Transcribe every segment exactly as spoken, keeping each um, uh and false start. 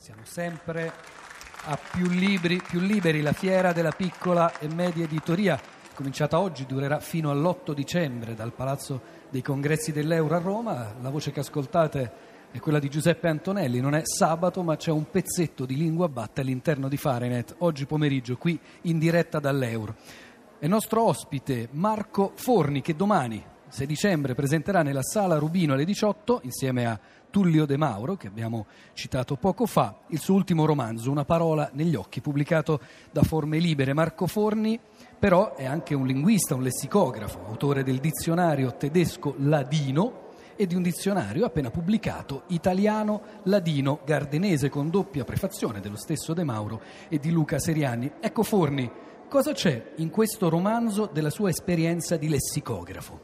Siamo sempre a più libri, più liberi, la fiera della piccola e media editoria, cominciata oggi, durerà fino all'otto dicembre dal Palazzo dei Congressi dell'Euro a Roma. La voce che ascoltate è quella di Giuseppe Antonelli, non è sabato ma c'è un pezzetto di Lingua Batte all'interno di Fahrenheit, oggi pomeriggio qui in diretta dall'Euro. È nostro ospite Marco Forni, che domani, sei dicembre, presenterà nella Sala Rubino alle diciotto, insieme a Tullio De Mauro, che abbiamo citato poco fa, il suo ultimo romanzo, Una parola negli occhi, pubblicato da Forme Libere. Marco Forni però è anche un linguista, un lessicografo, autore del dizionario tedesco-ladino e di un dizionario appena pubblicato italiano-ladino-gardenese, con doppia prefazione dello stesso De Mauro e di Luca Seriani. Ecco Forni, cosa c'è in questo romanzo della sua esperienza di lessicografo?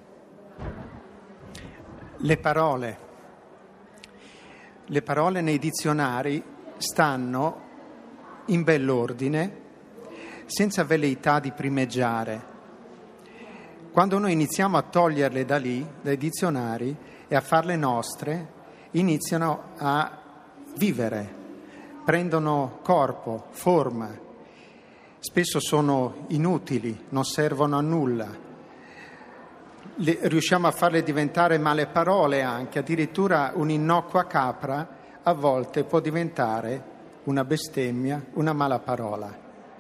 Le parole. Le parole nei dizionari stanno in bell'ordine, senza velleità di primeggiare. Quando noi iniziamo a toglierle da lì, dai dizionari, e a farle nostre, iniziano a vivere, prendono corpo, forma. Spesso sono inutili, non servono a nulla. Le, riusciamo a farle diventare male parole anche, addirittura un'innocua capra a volte può diventare una bestemmia, una mala parola.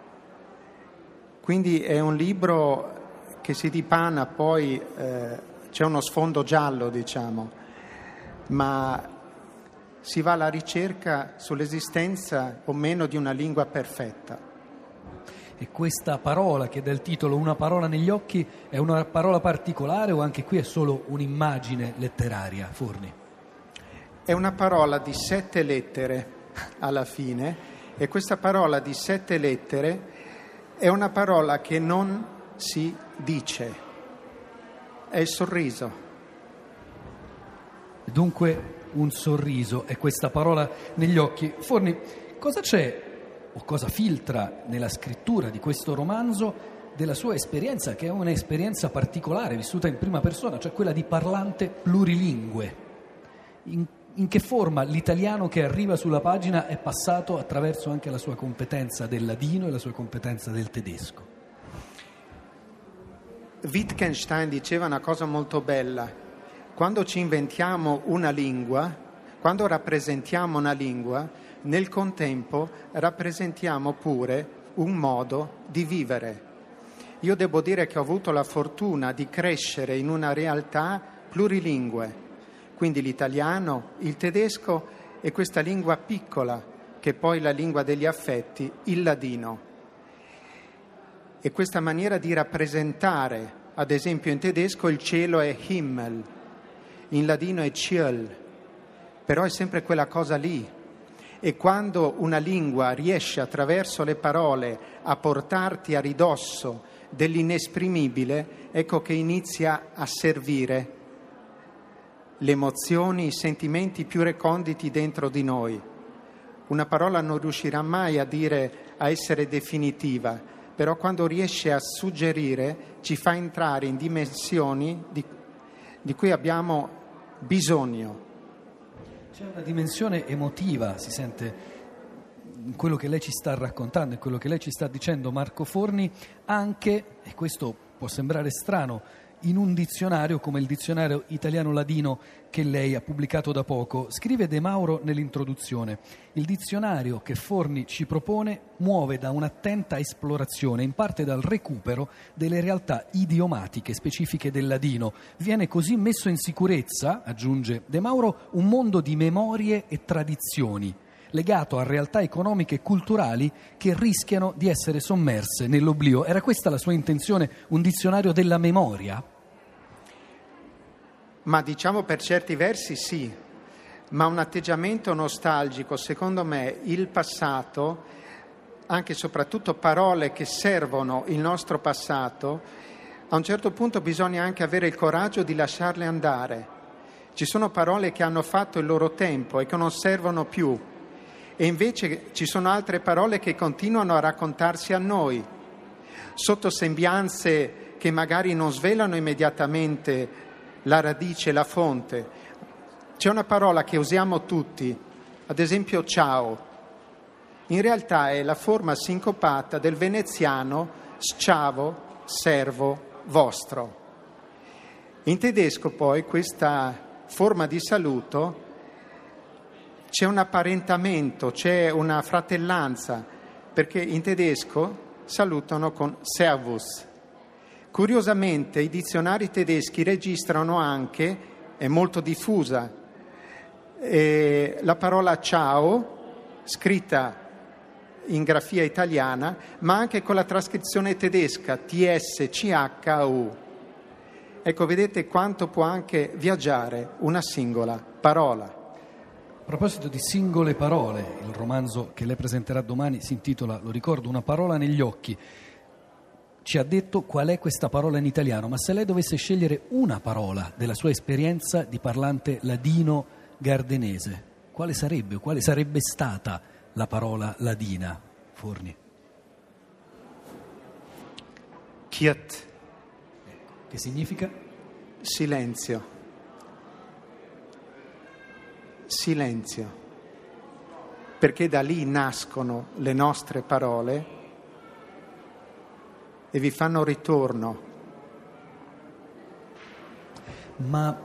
Quindi è un libro che si dipana, poi eh, c'è uno sfondo giallo, diciamo, ma si va alla ricerca sull'esistenza o meno di una lingua perfetta. E questa parola che dà il titolo Una parola negli occhi è una parola particolare o anche qui è solo un'immagine letteraria, Forni? È una parola di sette lettere alla fine, e questa parola di sette lettere è una parola che non si dice, è il sorriso. Dunque un sorriso è questa parola negli occhi. Forni, cosa c'è o cosa filtra nella scrittura di questo romanzo della sua esperienza, che è un'esperienza particolare, vissuta in prima persona, cioè quella di parlante plurilingue? In, in che forma l'italiano che arriva sulla pagina è passato attraverso anche la sua competenza del ladino e la sua competenza del tedesco? Wittgenstein diceva una cosa molto bella: quando ci inventiamo una lingua, quando rappresentiamo una lingua, nel contempo rappresentiamo pure un modo di vivere. Io devo dire che ho avuto la fortuna di crescere in una realtà plurilingue, quindi l'italiano, il tedesco e questa lingua piccola, che è poi la lingua degli affetti, il ladino. E questa maniera di rappresentare, ad esempio in tedesco il cielo è Himmel, in ladino è Ciel, però è sempre quella cosa lì. E quando una lingua riesce attraverso le parole a portarti a ridosso dell'inesprimibile, ecco che inizia a servire le emozioni, i sentimenti più reconditi dentro di noi. Una parola non riuscirà mai a dire, a essere definitiva, però quando riesce a suggerire ci fa entrare in dimensioni di, di cui abbiamo bisogno. C'è una dimensione emotiva, si sente in quello che lei ci sta raccontando, in quello che lei ci sta dicendo, Marco Forni, anche, e questo può sembrare strano, in un dizionario come il dizionario italiano-ladino che lei ha pubblicato da poco. Scrive De Mauro nell'introduzione: il dizionario che Forni ci propone muove da un'attenta esplorazione, in parte dal recupero delle realtà idiomatiche specifiche del ladino. Viene così messo in sicurezza, aggiunge De Mauro, un mondo di memorie e tradizioni, legato a realtà economiche e culturali che rischiano di essere sommerse nell'oblio. Era questa la sua intenzione, un dizionario della memoria? Ma diciamo per certi versi sì, ma un atteggiamento nostalgico, secondo me, il passato, anche e soprattutto parole che servono il nostro passato, a un certo punto bisogna anche avere il coraggio di lasciarle andare. Ci sono parole che hanno fatto il loro tempo e che non servono più. E invece ci sono altre parole che continuano a raccontarsi a noi, sotto sembianze che magari non svelano immediatamente la radice, la fonte. C'è una parola che usiamo tutti, ad esempio ciao. in realtà è la forma sincopata del veneziano schiavo, servo, vostro. In tedesco poi questa forma di saluto c'è un apparentamento, c'è una fratellanza, perché in tedesco salutano con Servus. Curiosamente i dizionari tedeschi registrano anche, è molto diffusa, eh, la parola ciao, scritta in grafia italiana, ma anche con la trascrizione tedesca T S C H U. Ecco, vedete quanto può anche viaggiare una singola parola. A proposito di singole parole, il romanzo che lei presenterà domani si intitola, lo ricordo, Una parola negli occhi. Ci ha detto qual è questa parola in italiano, ma se lei dovesse scegliere una parola della sua esperienza di parlante ladino gardenese, quale sarebbe o quale sarebbe stata la parola ladina, Forni? Kiet. Che significa? Silenzio. Silenzio. Perché da lì nascono le nostre parole e vi fanno ritorno. Ma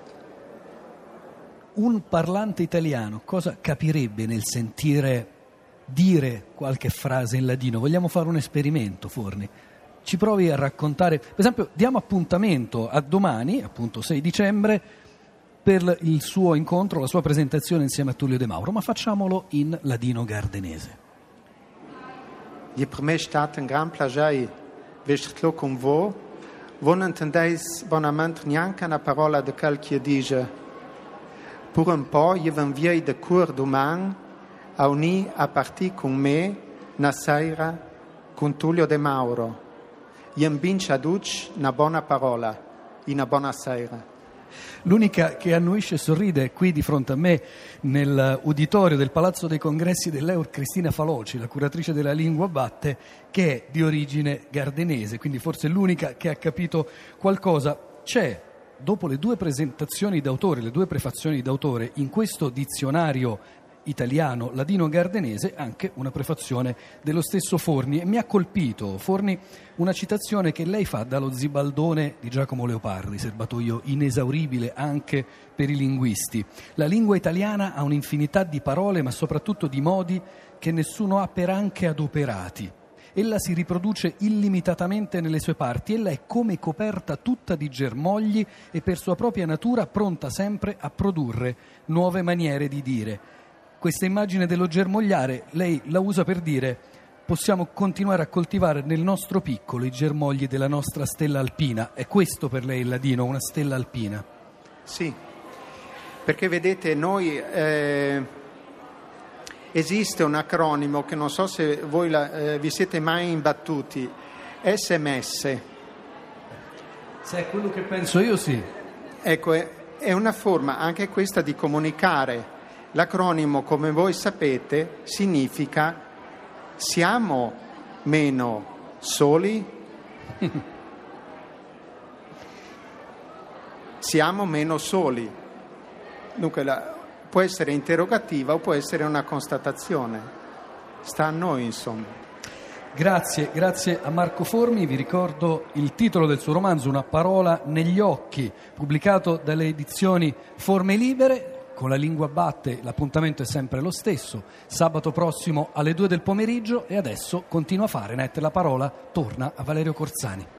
un parlante italiano cosa capirebbe nel sentire dire qualche frase in ladino? Vogliamo fare un esperimento, Forni? Ci provi a raccontare, per esempio, diamo appuntamento a domani, appunto sei dicembre, per il suo incontro, la sua presentazione insieme a Tullio De Mauro, ma facciamolo in ladino gardenese. Je per me stat un gran plagiai vestlo con voi, voi non intendeis bonamente neanche una parola de quel che dice. Pour un po' je ven viei de cour domani a unì a partì con me na sera con Tullio De Mauro. Je binci aduc una buona parola, in una buona sera. L'unica che annuisce e sorride qui di fronte a me nell'uditorio del Palazzo dei Congressi dell'Eur, Cristina Faloci, la curatrice della Lingua Batte, che è di origine gardenese, quindi forse l'unica che ha capito qualcosa. C'è, dopo le due presentazioni d'autore, le due prefazioni d'autore, in questo dizionario italiano ladino-gardenese anche una prefazione dello stesso Forni, e mi ha colpito, Forni, una citazione che lei fa dallo Zibaldone di Giacomo Leopardi, serbatoio inesauribile anche per i linguisti. La lingua italiana ha un'infinità di parole, ma soprattutto di modi che nessuno ha per anche adoperati. Ella si riproduce illimitatamente nelle sue parti, ella è come coperta tutta di germogli e per sua propria natura pronta sempre a produrre nuove maniere di dire. Questa immagine dello germogliare lei la usa per dire possiamo continuare a coltivare nel nostro piccolo i germogli della nostra stella alpina. È questo per lei il ladino, una stella alpina? Sì, perché vedete noi eh, esiste un acronimo che non so se voi la, eh, vi siete mai imbattuti, S M S. Se è quello che penso io, sì. Ecco, è, è una forma anche questa di comunicare. L'acronimo, come voi sapete, significa siamo meno soli, siamo meno soli. Dunque la, può essere interrogativa o può essere una constatazione. Sta a noi, insomma. Grazie, grazie a Marco Formi. Vi ricordo il titolo del suo romanzo, Una parola negli occhi, pubblicato dalle edizioni Forme Libere. Con la Lingua Batte l'appuntamento è sempre lo stesso, sabato prossimo alle due del pomeriggio, e adesso continua a fare Net la parola, torna a Valerio Corzani.